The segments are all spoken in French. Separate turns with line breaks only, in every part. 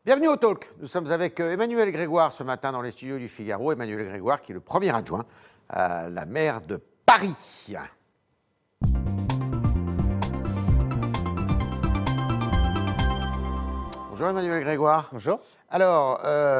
Bienvenue au Talk. Nous sommes avec Emmanuel Grégoire ce matin dans les studios du Figaro. Emmanuel Grégoire qui est le premier adjoint à la maire de Paris. Bonjour Emmanuel Grégoire.
Bonjour.
Alors,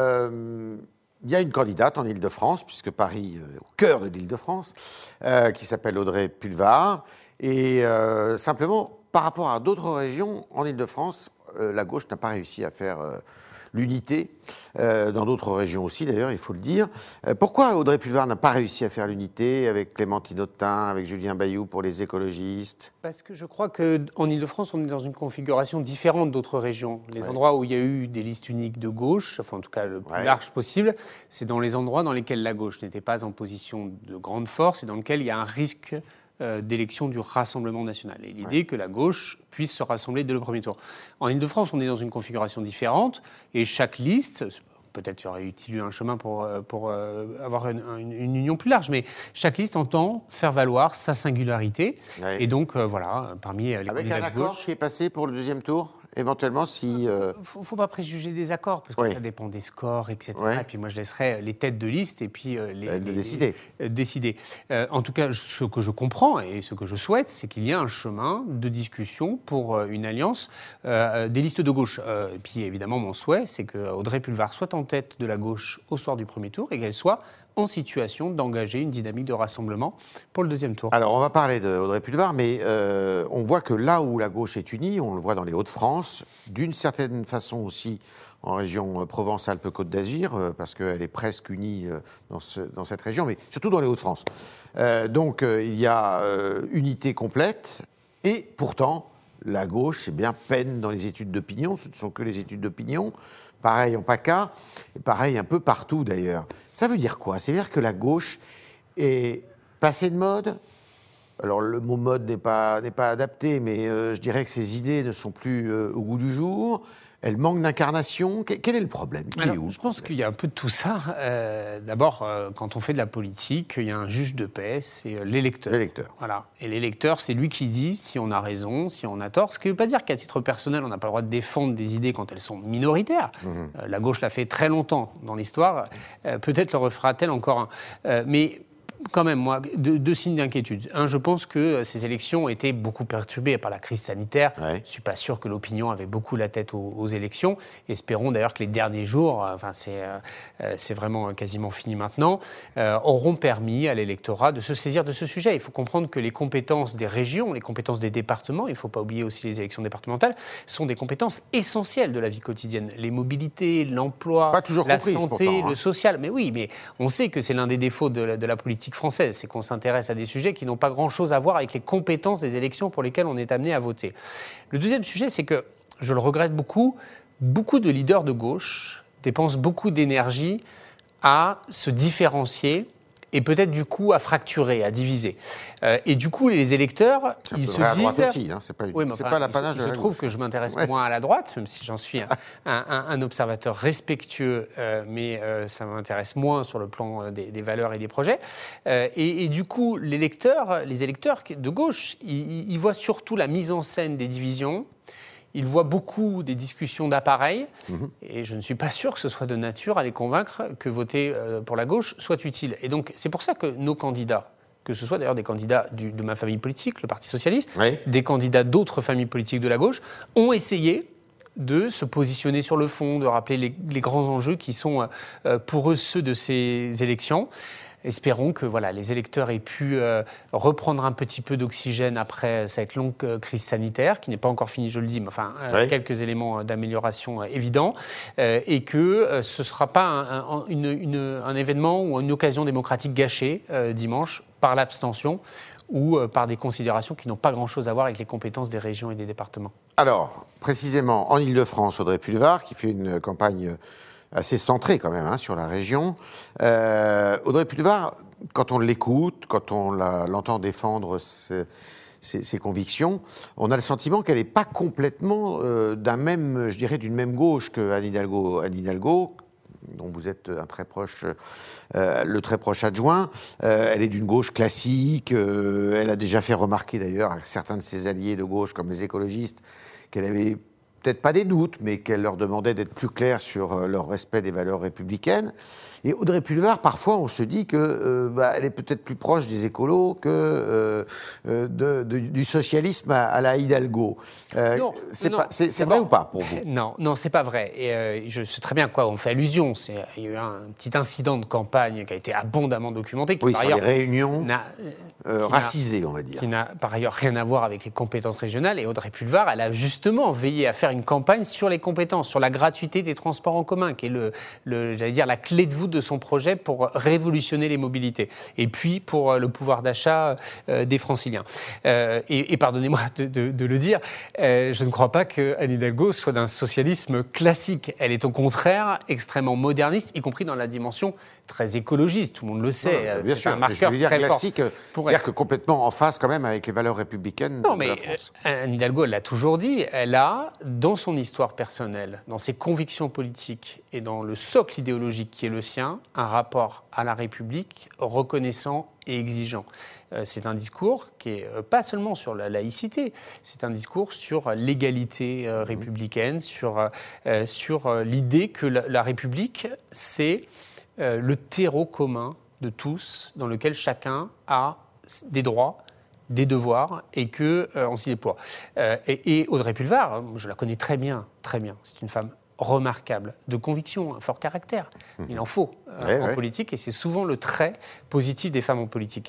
il y a une candidate en Île-de-France, puisque Paris est au cœur de l'Île-de-France, qui s'appelle Audrey Pulvar. Et simplement, par rapport à d'autres régions en Île-de-France, la gauche n'a pas réussi à faire l'unité, dans d'autres régions aussi d'ailleurs, il faut le dire. Pourquoi Audrey Pulvar n'a pas réussi à faire l'unité avec Clémentine Autain, avec Julien Bayou pour les écologistes?
Parce que je crois qu'en Ile-de-France, on est dans une configuration différente d'autres régions. Les endroits où il y a eu des listes uniques de gauche, enfin en tout cas le plus large possible, c'est dans les endroits dans lesquels la gauche n'était pas en position de grande force et dans lesquels il y a un risque d'élection du Rassemblement national. Et l'idée que la gauche puisse se rassembler dès le premier tour. En Ile-de-France, on est dans une configuration différente et chaque liste, peut-être y aurait-il eu un chemin pour avoir une union plus large, mais chaque liste entend faire valoir sa singularité. Et donc, voilà, parmi les
avec
candidats
un
de
accord
gauche...
qui est passé pour le deuxième tour éventuellement, si...
Faut pas préjuger des accords, parce que ça dépend des scores, etc. Et puis moi, je laisserai les têtes de liste et puis décider. En tout cas, ce que je comprends et ce que je souhaite, c'est qu'il y ait un chemin de discussion pour une alliance des listes de gauche. Et puis évidemment, mon souhait, c'est que Audrey Pulvar soit en tête de la gauche au soir du premier tour et qu'elle soit en situation d'engager une dynamique de rassemblement pour le deuxième tour.
Alors, on va parler d'Audrey Pulvar, mais on voit que là où la gauche est unie, on le voit dans les Hauts-de-France, d'une certaine façon aussi en région Provence-Alpes-Côte d'Azur, parce qu'elle est presque unie dans cette région, mais surtout dans les Hauts-de-France. Donc, il y a unité complète, et pourtant, la gauche, c'est bien peine dans les études d'opinion, ce ne sont que les études d'opinion. Pareil en PACA, et pareil un peu partout d'ailleurs. Ça veut dire quoi? C'est-à-dire que la gauche est passée de mode. Alors le mot mode n'est pas adapté, mais je dirais que ses idées ne sont plus au goût du jour. Elle manque d'incarnation. Quel est le problème?
Je pense qu'il y a un peu de tout ça. D'abord, quand on fait de la politique, il y a un juge de paix, c'est l'électeur. Voilà. Et l'électeur, c'est lui qui dit si on a raison, si on a tort. Ce qui ne veut pas dire qu'à titre personnel, on n'a pas le droit de défendre des idées quand elles sont minoritaires. La gauche l'a fait très longtemps dans l'histoire. Peut-être le refera-t-elle encore un. Mais quand même, moi, deux signes d'inquiétude. Un, je pense que ces élections ont été beaucoup perturbées par la crise sanitaire. Je ne suis pas sûr que l'opinion avait beaucoup la tête aux élections. Espérons d'ailleurs que les derniers jours, c'est vraiment quasiment fini maintenant, auront permis à l'électorat de se saisir de ce sujet. Il faut comprendre que les compétences des régions, les compétences des départements, il ne faut pas oublier aussi les élections départementales, sont des compétences essentielles de la vie quotidienne. Les mobilités, l'emploi, la santé, le social. Mais oui, mais on sait que c'est l'un des défauts de la politique française, c'est qu'on s'intéresse à des sujets qui n'ont pas grand-chose à voir avec les compétences des élections pour lesquelles on est amené à voter. Le deuxième sujet, c'est que, je le regrette beaucoup de leaders de gauche dépensent beaucoup d'énergie à se différencier et peut-être du coup à fracturer, à diviser. Et du coup, les électeurs, ils se disent...
Aussi, hein, c'est pas l'apanage de la gauche.
Je trouve que je m'intéresse moins à la droite, même si j'en suis un observateur respectueux, mais ça m'intéresse moins sur le plan des valeurs et des projets. Et du coup, les électeurs de gauche, ils voient surtout la mise en scène des divisions. Ils voient beaucoup des discussions d'appareils et je ne suis pas sûr que ce soit de nature à les convaincre que voter pour la gauche soit utile. Et donc, c'est pour ça que nos candidats, que ce soit d'ailleurs des candidats de ma famille politique, le Parti socialiste, des candidats d'autres familles politiques de la gauche, ont essayé de se positionner sur le fond, de rappeler les grands enjeux qui sont pour eux ceux de ces élections. Espérons que les électeurs aient pu reprendre un petit peu d'oxygène après cette longue crise sanitaire, qui n'est pas encore finie, je le dis, mais quelques éléments d'amélioration évidents, et que ce ne sera pas un événement ou une occasion démocratique gâchée dimanche par l'abstention ou par des considérations qui n'ont pas grand-chose à voir avec les compétences des régions et des départements.
Alors, précisément, en Île-de-France, Audrey Pulvar, qui fait une campagne assez centrée quand même sur la région. Audrey Pulvar, quand on l'écoute, quand on l'entend défendre ses convictions, on a le sentiment qu'elle n'est pas complètement d'une même gauche que Anne Hidalgo. Anne Hidalgo, dont vous êtes le très proche adjoint, elle est d'une gauche classique. Elle a déjà fait remarquer d'ailleurs à certains de ses alliés de gauche, comme les écologistes, qu'elle avait peut-être pas des doutes, mais qu'elle leur demandait d'être plus clairs sur leur respect des valeurs républicaines. Et Audrey Pulvar, parfois, on se dit qu'elle est peut-être plus proche des écolos que du socialisme à la Hidalgo. C'est vrai ou pas pour vous?
Non, c'est pas vrai. Et je sais très bien à quoi on fait allusion. Il y a eu un petit incident de campagne qui a été abondamment documenté. Qui,
oui, sur les réunions racisées, on va dire.
Qui n'a par ailleurs rien à voir avec les compétences régionales. Et Audrey Pulvar, elle a justement veillé à faire une campagne sur les compétences, sur la gratuité des transports en commun, qui est j'allais dire, la clé de voûte de son projet pour révolutionner les mobilités. Et puis pour le pouvoir d'achat des Franciliens. Et pardonnez-moi de le dire, je ne crois pas qu'Anne Hidalgo soit d'un socialisme classique. Elle est au contraire extrêmement moderniste, y compris dans la dimension très écologiste. Tout le monde le sait.
Bien sûr,
un marqueur très
classique, fort. C'est-à-dire que complètement en phase quand même avec les valeurs républicaines de la France.
Anne Hidalgo, elle l'a toujours dit, elle a, dans son histoire personnelle, dans ses convictions politiques et dans le socle idéologique qui est le sien, un rapport à la République reconnaissant et exigeant. C'est un discours qui n'est pas seulement sur la laïcité, c'est un discours sur l'égalité républicaine, sur l'idée que la République, c'est le terreau commun de tous, dans lequel chacun a des droits, des devoirs, et qu'on s'y déploie. Et Audrey Pulvar, je la connais très bien, c'est une femme remarquable, de conviction, un fort caractère. Il en faut en politique, et c'est souvent le trait positif des femmes en politique.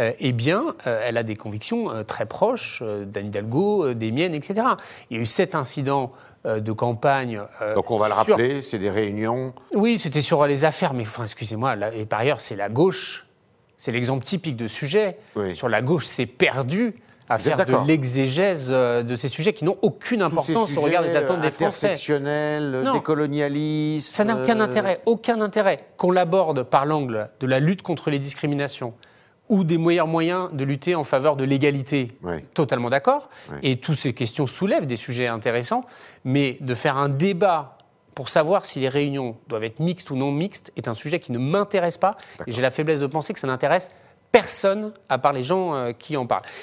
Elle a des convictions très proches d'Anne Hidalgo, des miennes, etc. Il y a eu cet incident de campagne.
Donc on va le rappeler, c'est des réunions.
Oui, c'était sur les affaires, mais excusez-moi, et par ailleurs, c'est la gauche. C'est l'exemple typique de sujet. Oui. Sur la gauche, c'est perdu à faire de l'exégèse de ces sujets qui n'ont aucune importance au regard des attentes des Français.
Intersectionnel, décolonialiste.
Ça n'a aucun intérêt qu'on l'aborde par l'angle de la lutte contre les discriminations ou des meilleurs moyens de lutter en faveur de l'égalité. Oui. Totalement d'accord. Oui. Et toutes ces questions soulèvent des sujets intéressants, mais de faire un débat pour savoir si les réunions doivent être mixtes ou non mixtes est un sujet qui ne m'intéresse pas. Et j'ai la faiblesse de penser que ça n'intéresse personne à part les gens qui en parlent.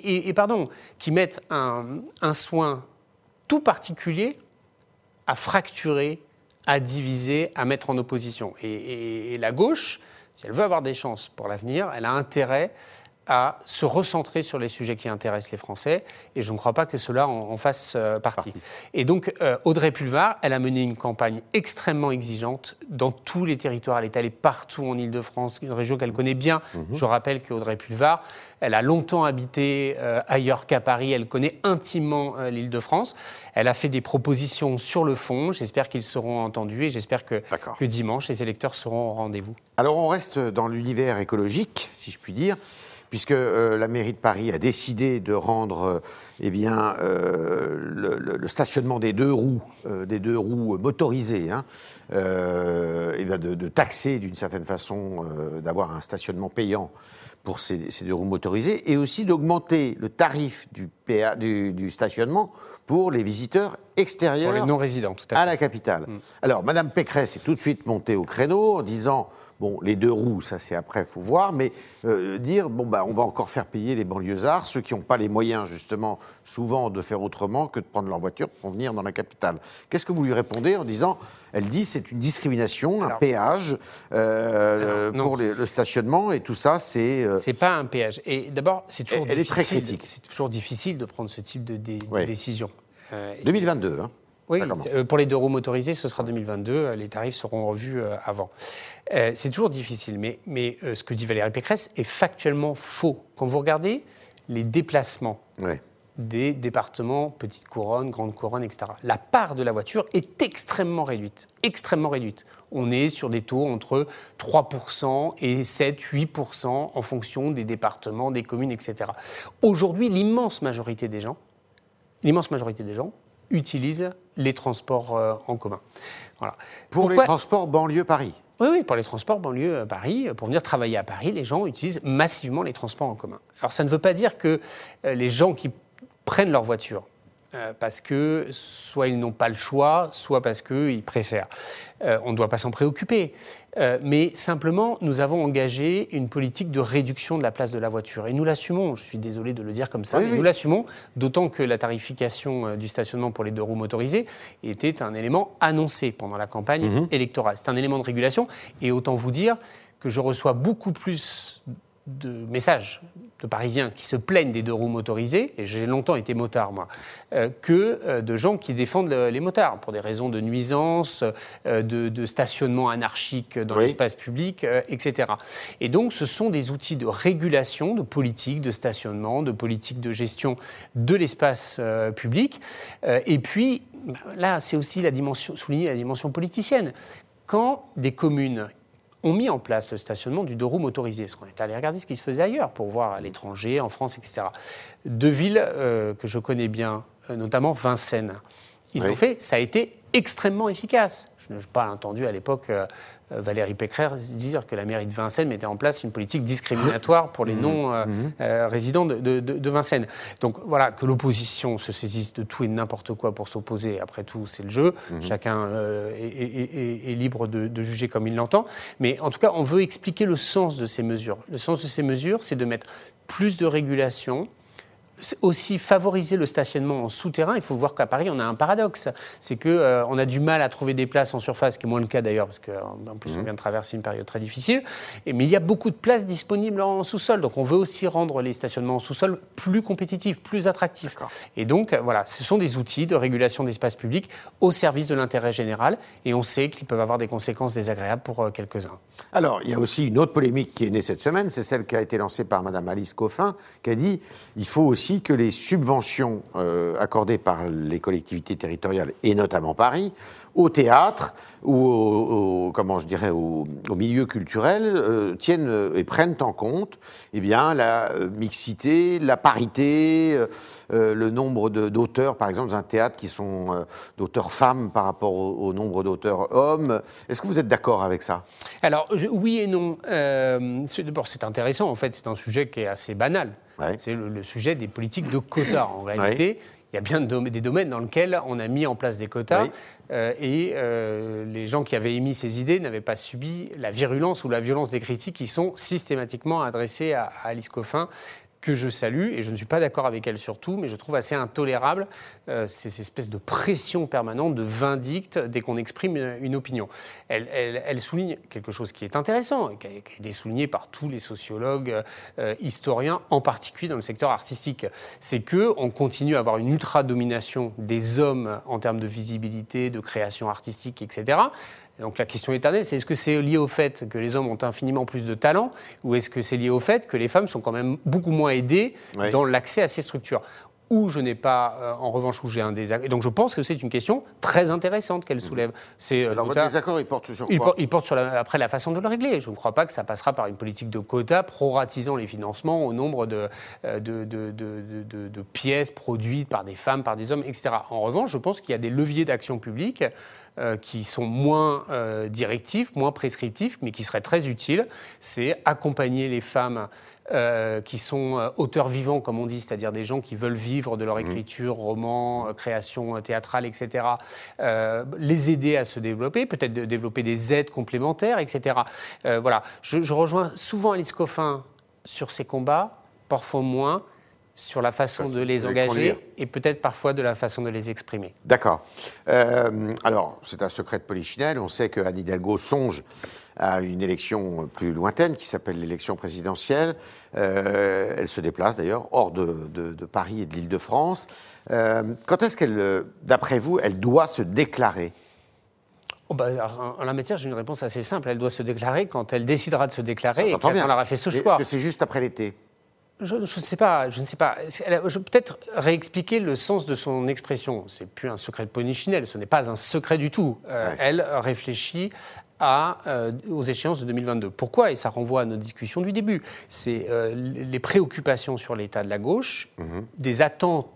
Qui mettent un soin tout particulier à fracturer, à diviser, à mettre en opposition. Et la gauche, si elle veut avoir des chances pour l'avenir, elle a intérêt à se recentrer sur les sujets qui intéressent les Français, et je ne crois pas que cela en fasse partie. Et donc, Audrey Pulvar, elle a mené une campagne extrêmement exigeante dans tous les territoires. Elle est allée partout en Île-de-France, une région qu'elle connaît bien. Je rappelle qu'Audrey Pulvar, elle a longtemps habité ailleurs qu'à Paris, elle connaît intimement l'Île-de-France. Elle a fait des propositions sur le fond, j'espère qu'ils seront entendus, et j'espère que dimanche, les électeurs seront au rendez-vous.
Alors, on reste dans l'univers écologique, si je puis dire, puisque la mairie de Paris a décidé de rendre le stationnement des deux roues motorisées, de taxer d'une certaine façon, d'avoir un stationnement payant pour ces deux roues motorisées, et aussi d'augmenter le tarif du stationnement pour les visiteurs extérieurs
pour les non-résidents, tout à fait.
À la capitale. Alors, Mme Pécresse est tout de suite montée au créneau en disant... Bon, les deux roues, ça c'est après, il faut voir, mais dire, on va encore faire payer les banlieusards, ceux qui n'ont pas les moyens, justement, souvent de faire autrement que de prendre leur voiture pour venir dans la capitale. Qu'est-ce que vous lui répondez en disant, elle dit c'est une discrimination, un péage pour le stationnement, et tout ça, c'est...
C'est pas un péage. Et d'abord, c'est toujours
difficile. Elle est très critique.
C'est toujours difficile de prendre ce type de décision.
2022, hein.
Oui, pour les deux roues motorisées, ce sera 2022. Les tarifs seront revus avant. C'est toujours difficile, mais ce que dit Valérie Pécresse est factuellement faux. Quand vous regardez les déplacements des départements, petite couronne, grande couronne, etc., la part de la voiture est extrêmement réduite. Extrêmement réduite. On est sur des taux entre 3% et 7-8% en fonction des départements, des communes, etc. Aujourd'hui, l'immense majorité des gens utilisent les transports en commun. Voilà.
Les transports banlieue Paris.
Oui, pour les transports banlieue Paris, pour venir travailler à Paris, les gens utilisent massivement les transports en commun. Alors ça ne veut pas dire que les gens qui prennent leur voiture parce que soit ils n'ont pas le choix, soit parce qu'ils préfèrent. On ne doit pas s'en préoccuper. Mais simplement, nous avons engagé une politique de réduction de la place de la voiture. Et nous l'assumons, je suis désolé de le dire comme ça, mais nous l'assumons, d'autant que la tarification du stationnement pour les 2 roues motorisées était un élément annoncé pendant la campagne électorale. C'est un élément de régulation, et autant vous dire que je reçois beaucoup plus de messages de Parisiens qui se plaignent des 2 roues motorisées, et j'ai longtemps été motard, moi, que de gens qui défendent les motards pour des raisons de nuisance, de stationnement anarchique dans l'espace public, etc. Et donc, ce sont des outils de régulation, de politique de stationnement, de politique de gestion de l'espace public. Et puis, là, c'est aussi souligner la dimension politicienne. Quand des communes ont mis en place le stationnement du 2 roues motorisé, parce qu'on est allé regarder ce qui se faisait ailleurs pour voir à l'étranger, en France, etc. 2 villes que je connais bien, notamment Vincennes. Ils l'ont fait, ça a été extrêmement efficace. Je n'ai pas entendu à l'époque Valérie Pécresse dire que la mairie de Vincennes mettait en place une politique discriminatoire pour les non-résidents de Vincennes. Donc voilà, que l'opposition se saisisse de tout et de n'importe quoi pour s'opposer, après tout, c'est le jeu. Chacun est libre de juger comme il l'entend. Mais en tout cas, on veut expliquer le sens de ces mesures. Le sens de ces mesures, c'est de mettre plus de régulation, aussi favoriser le stationnement en souterrain. Il faut voir qu'à Paris, on a un paradoxe. C'est qu'on a du mal à trouver des places en surface, ce qui est moins le cas d'ailleurs, parce qu'en plus, on vient de traverser une période très difficile. Mais il y a beaucoup de places disponibles en sous-sol. Donc, on veut aussi rendre les stationnements en sous-sol plus compétitifs, plus attractifs. Et donc, voilà, ce sont des outils de régulation d'espace public au service de l'intérêt général. Et on sait qu'ils peuvent avoir des conséquences désagréables pour quelques-uns.
Alors, il y a aussi une autre polémique qui est née cette semaine. C'est celle qui a été lancée par Mme Alice Coffin, qui a dit qu'il faut aussi que les subventions accordées par les collectivités territoriales, et notamment Paris, au théâtre ou au milieu culturel tiennent et prennent en compte la mixité, la parité, le nombre d'auteurs, par exemple, dans un théâtre qui sont d'auteurs femmes par rapport au nombre d'auteurs hommes. Est-ce que vous êtes d'accord avec ça ?
Alors, oui et non. D'abord, c'est intéressant. En fait, c'est un sujet qui est assez banal. Ouais. C'est le sujet des politiques de quotas. En réalité, il y a bien des domaines dans lesquels on a mis en place des quotas et les gens qui avaient émis ces idées n'avaient pas subi la virulence ou la violence des critiques qui sont systématiquement adressées à Alice Coffin, que je salue, et je ne suis pas d'accord avec elle sur tout, mais je trouve assez intolérable ces espèces de pression permanente, de vindicte, dès qu'on exprime une opinion. Elle souligne quelque chose qui est intéressant, et qui a été souligné par tous les sociologues, historiens, en particulier dans le secteur artistique. C'est qu'on continue à avoir une ultra-domination des hommes en termes de visibilité, de création artistique, etc., Donc la question éternelle, c'est est-ce que c'est lié au fait que les hommes ont infiniment plus de talent ou est-ce que c'est lié au fait que les femmes sont quand même beaucoup moins aidées dans l'accès à ces structures ? Où je n'ai pas, en revanche, où j'ai un désaccord. Et donc je pense que c'est une question très intéressante qu'elle soulève.
Alors votre désaccord, il porte sur quoi ?
Il porte sur après la façon de le régler. Je ne crois pas que ça passera par une politique de quotas proratisant les financements au nombre de pièces produites par des femmes, par des hommes, etc. En revanche, je pense qu'il y a des leviers d'action publique qui sont moins directifs, moins prescriptifs, mais qui seraient très utiles. C'est accompagner les femmes qui sont auteurs vivants, comme on dit, c'est-à-dire des gens qui veulent vivre de leur écriture, romans, création théâtrale, etc., les aider à se développer, peut-être de développer des aides complémentaires, etc. Voilà. Je rejoins souvent Alice Coffin sur ces combats, parfois moins, sur la façon de les engager et peut-être parfois de la façon de les exprimer.
D'accord. Alors, c'est un secret de polichinelle. On sait qu'Anne Hidalgo songe à une élection plus lointaine qui s'appelle l'élection présidentielle. Elle se déplace d'ailleurs hors de Paris et de l'Île-de-France. Quand est-ce qu'elle, d'après vous, elle doit se déclarer ?
En la matière, j'ai une réponse assez simple. Elle doit se déclarer quand elle décidera de se déclarer et quand elle aura fait ce choix.
Est-ce que c'est juste après l'été ?
Je ne sais pas. Je vais peut-être réexpliquer le sens de son expression. Ce n'est plus un secret de polichinelle, ce n'est pas un secret du tout. Elle réfléchit aux échéances de 2022. Pourquoi ? Et ça renvoie à notre discussion du début. C'est les préoccupations sur l'état de la gauche, des attentes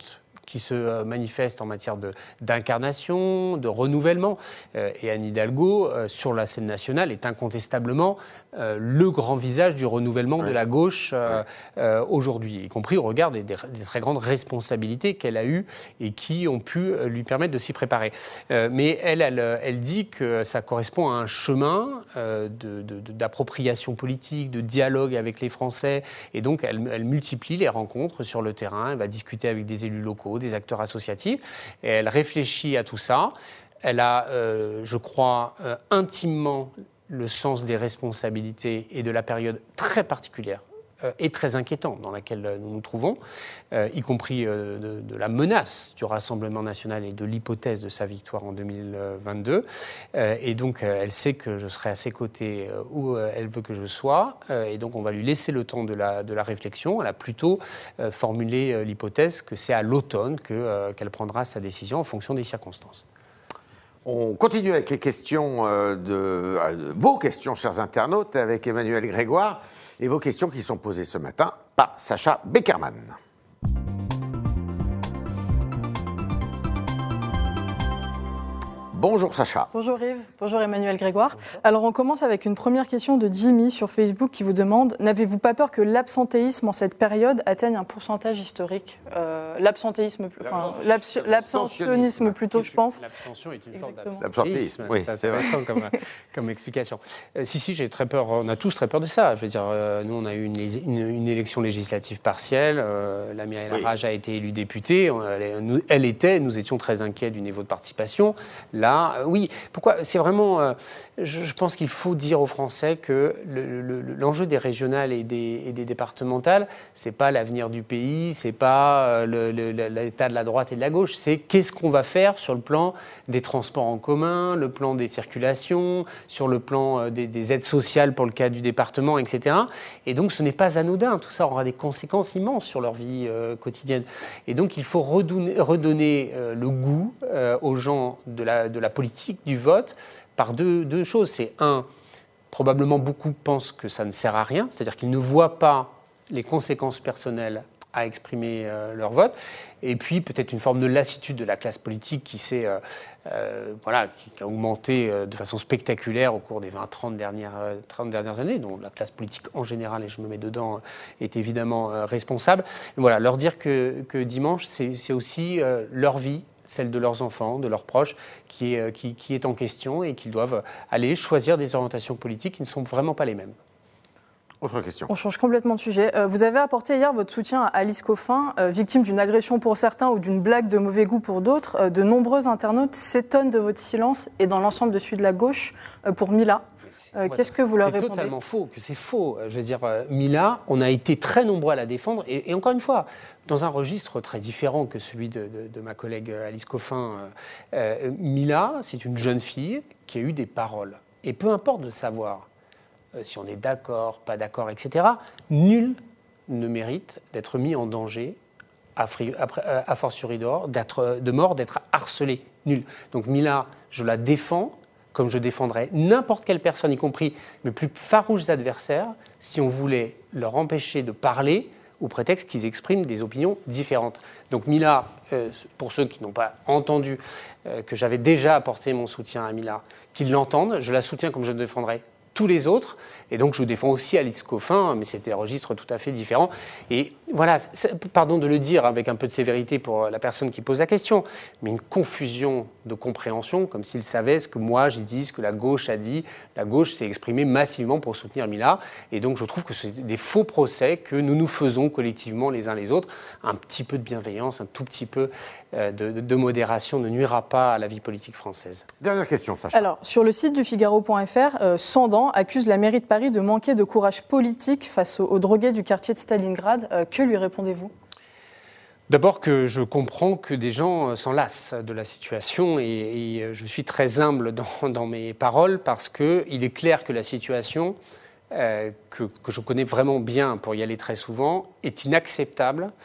qui se manifeste en matière d'incarnation, de renouvellement. Et Anne Hidalgo, sur la scène nationale, est incontestablement le grand visage du renouvellement de la gauche aujourd'hui, y compris au regard des très grandes responsabilités qu'elle a eues et qui ont pu lui permettre de s'y préparer. Mais elle dit que ça correspond à un chemin d'appropriation politique, de dialogue avec les Français, et donc elle multiplie les rencontres sur le terrain, elle va discuter avec des élus locaux, des acteurs associatifs, et elle réfléchit à tout ça. Elle a, je crois, intimement le sens des responsabilités et de la période très particulière et très inquiétante dans laquelle nous nous trouvons, y compris de la menace du Rassemblement national et de l'hypothèse de sa victoire en 2022. Et donc, elle sait que je serai à ses côtés où elle veut que je sois. Et donc, on va lui laisser le temps de la réflexion. Elle a plutôt formulé l'hypothèse que c'est à l'automne qu'elle prendra sa décision en fonction des circonstances.
On continue avec les questions vos questions, chers internautes, avec Emmanuel Grégoire, et vos questions qui sont posées ce matin par Sacha Beckerman. Bonjour Sacha.
Bonjour Yves, bonjour Emmanuel Grégoire. Bonjour. Alors on commence avec une première question de Jimmy sur Facebook qui vous demande « N'avez-vous pas peur que l'absentéisme en cette période atteigne un pourcentage historique ?» L'absentéisme, l'abstentionnisme plutôt, je pense.
L'abstention est une forme
d'absentéisme. Oui, c'est vrai
comme explication. Si, j'ai très peur, on a tous très peur de ça. Je veux dire, nous on a eu une élection législative partielle, Lamia El Harraj a été élue députée, nous étions très inquiets du niveau de participation. Là, oui, pourquoi ? C'est vraiment, je pense qu'il faut dire aux Français que l'enjeu des régionales et des départementales, c'est pas l'avenir du pays, c'est pas l'état de la droite et de la gauche, c'est qu'est-ce qu'on va faire sur le plan des transports en commun, le plan des circulations, sur le plan des aides sociales pour le cas du département, etc. Et donc, ce n'est pas anodin. Tout ça aura des conséquences immenses sur leur vie quotidienne. Et donc, il faut redonner le goût aux gens de la politique, du vote, par deux choses. C'est probablement beaucoup pensent que ça ne sert à rien, c'est-à-dire qu'ils ne voient pas les conséquences personnelles à exprimer leur vote, et puis peut-être une forme de lassitude de la classe politique qui a augmenté de façon spectaculaire au cours des 20-30 dernières années, dont la classe politique en général, et je me mets dedans, est évidemment responsable. Et voilà, leur dire que dimanche, c'est aussi leur vie, celle de leurs enfants, de leurs proches, qui est en question et qu'ils doivent aller choisir des orientations politiques qui ne sont vraiment pas les mêmes.
Autre question.
On change complètement de sujet. Vous avez apporté hier votre soutien à Alice Coffin, victime d'une agression pour certains ou d'une blague de mauvais goût pour d'autres. De nombreux internautes s'étonnent de votre silence et dans l'ensemble de celui de la gauche pour Mila. Qu'est-ce que vous leur répondez ?
C'est totalement faux, que c'est faux. Je veux dire, Mila, on a été très nombreux à la défendre et encore une fois, dans un registre très différent que celui de ma collègue Alice Coffin. Mila, c'est une jeune fille qui a eu des paroles. Et peu importe de savoir si on est d'accord, pas d'accord, etc., nul ne mérite d'être mis en danger, a fortiori de mort, d'être harcelé. Nul. Donc Mila, je la défends, comme je défendrais n'importe quelle personne, y compris mes plus farouches adversaires, si on voulait leur empêcher de parler au prétexte qu'ils expriment des opinions différentes. Donc Mila, pour ceux qui n'ont pas entendu que j'avais déjà apporté mon soutien à Mila, qu'ils l'entendent, je la soutiens comme je défendrai tous les autres, et donc je défends aussi Alice Coffin, mais c'était un registre tout à fait différent. Et voilà, pardon de le dire avec un peu de sévérité pour la personne qui pose la question, mais une confusion de compréhension, comme s'ils savaient ce que moi j'ai dit, ce que la gauche a dit. La gauche s'est exprimée massivement pour soutenir Mila, et donc je trouve que c'est des faux procès que nous faisons collectivement les uns les autres. Un petit peu de bienveillance, un tout petit peu de modération ne nuira pas à la vie politique française.
Dernière question, Sacha.
Alors, sur le site du Figaro.fr, Sandan accuse la mairie de Paris de manquer de courage politique face aux drogués du quartier de Stalingrad. Que lui répondez-vous ?
D'abord que je comprends que des gens s'en lassent de la situation et je suis très humble dans mes paroles parce qu'il est clair que la situation, que je connais vraiment bien pour y aller très souvent, est inacceptable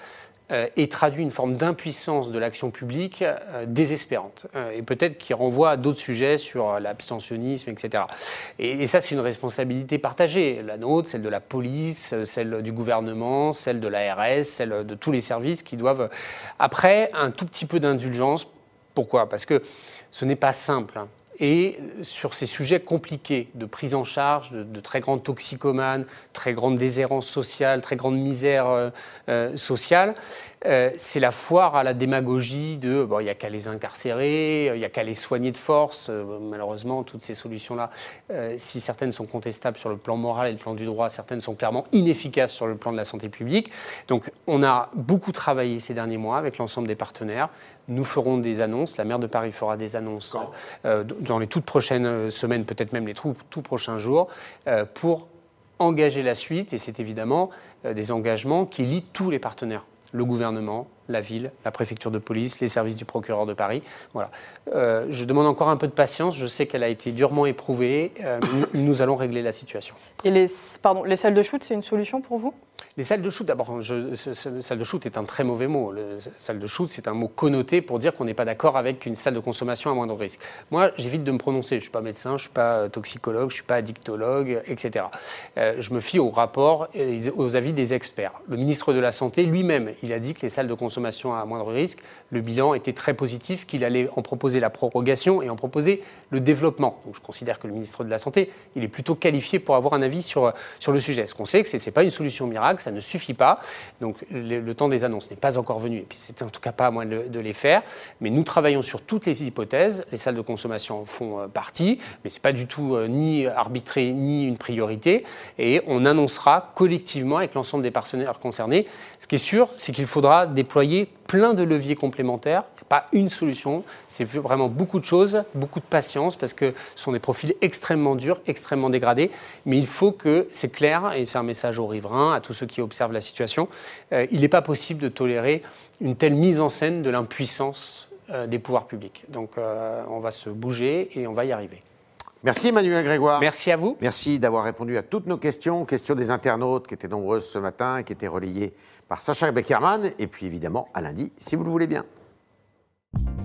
et traduit une forme d'impuissance de l'action publique désespérante, et peut-être qui renvoie à d'autres sujets sur l'abstentionnisme, etc. Et ça, c'est une responsabilité partagée, la nôtre, celle de la police, celle du gouvernement, celle de l'ARS, celle de tous les services qui doivent, après, un tout petit peu d'indulgence. Pourquoi ? Parce que ce n'est pas simple. Et sur ces sujets compliqués de prise en charge de très grandes toxicomanes, très grande déshérence sociale, très grande misère sociale, c'est la foire à la démagogie de il n'y a qu'à les incarcérer, il n'y a qu'à les soigner de force. Malheureusement, toutes ces solutions-là, si certaines sont contestables sur le plan moral et le plan du droit, certaines sont clairement inefficaces sur le plan de la santé publique. Donc on a beaucoup travaillé ces derniers mois avec l'ensemble des partenaires. Nous ferons des annonces, la maire de Paris fera des annonces dans les toutes prochaines semaines, peut-être même les tout prochains jours, pour engager la suite. Et c'est évidemment des engagements qui lient tous les partenaires. Le gouvernement, la ville, la préfecture de police, les services du procureur de Paris. Voilà. Je demande encore un peu de patience. Je sais qu'elle a été durement éprouvée. Nous allons régler la situation.
Et les salles de shoot, c'est une solution pour vous ?
Les salles de shoot, d'abord, salle de shoot est un très mauvais mot. Salle de shoot, c'est un mot connoté pour dire qu'on n'est pas d'accord avec une salle de consommation à moindre risque. Moi, j'évite de me prononcer. Je ne suis pas médecin, je ne suis pas toxicologue, je ne suis pas addictologue, etc. Je me fie aux rapports et aux avis des experts. Le ministre de la Santé lui-même, il a dit que les salles de consommation à moindre risque, le bilan était très positif, qu'il allait en proposer la prorogation et en proposer le développement. Donc je considère que le ministre de la Santé, il est plutôt qualifié pour avoir un avis sur le sujet. Ce qu'on sait, c'est que ce n'est pas une solution miracle, ça ne suffit pas. Donc le temps des annonces n'est pas encore venu, et puis c'est en tout cas pas à moi de les faire. Mais nous travaillons sur toutes les hypothèses. Les salles de consommation en font partie, mais ce n'est pas du tout ni arbitré ni une priorité. Et on annoncera collectivement avec l'ensemble des partenaires concernés. Ce qui est sûr, c'est qu'il faudra déployer plein de leviers complémentaires, pas une solution, c'est vraiment beaucoup de choses, beaucoup de patience, parce que ce sont des profils extrêmement durs, extrêmement dégradés, mais il faut que, c'est clair, et c'est un message aux riverains, à tous ceux qui observent la situation, il n'est pas possible de tolérer une telle mise en scène de l'impuissance des pouvoirs publics. Donc on va se bouger et on va y arriver.
Merci Emmanuel Grégoire.
Merci à vous.
Merci d'avoir répondu à toutes nos questions des internautes qui étaient nombreuses ce matin et qui étaient relayées par Sacha Beckerman. Et puis évidemment, à lundi, si vous le voulez bien.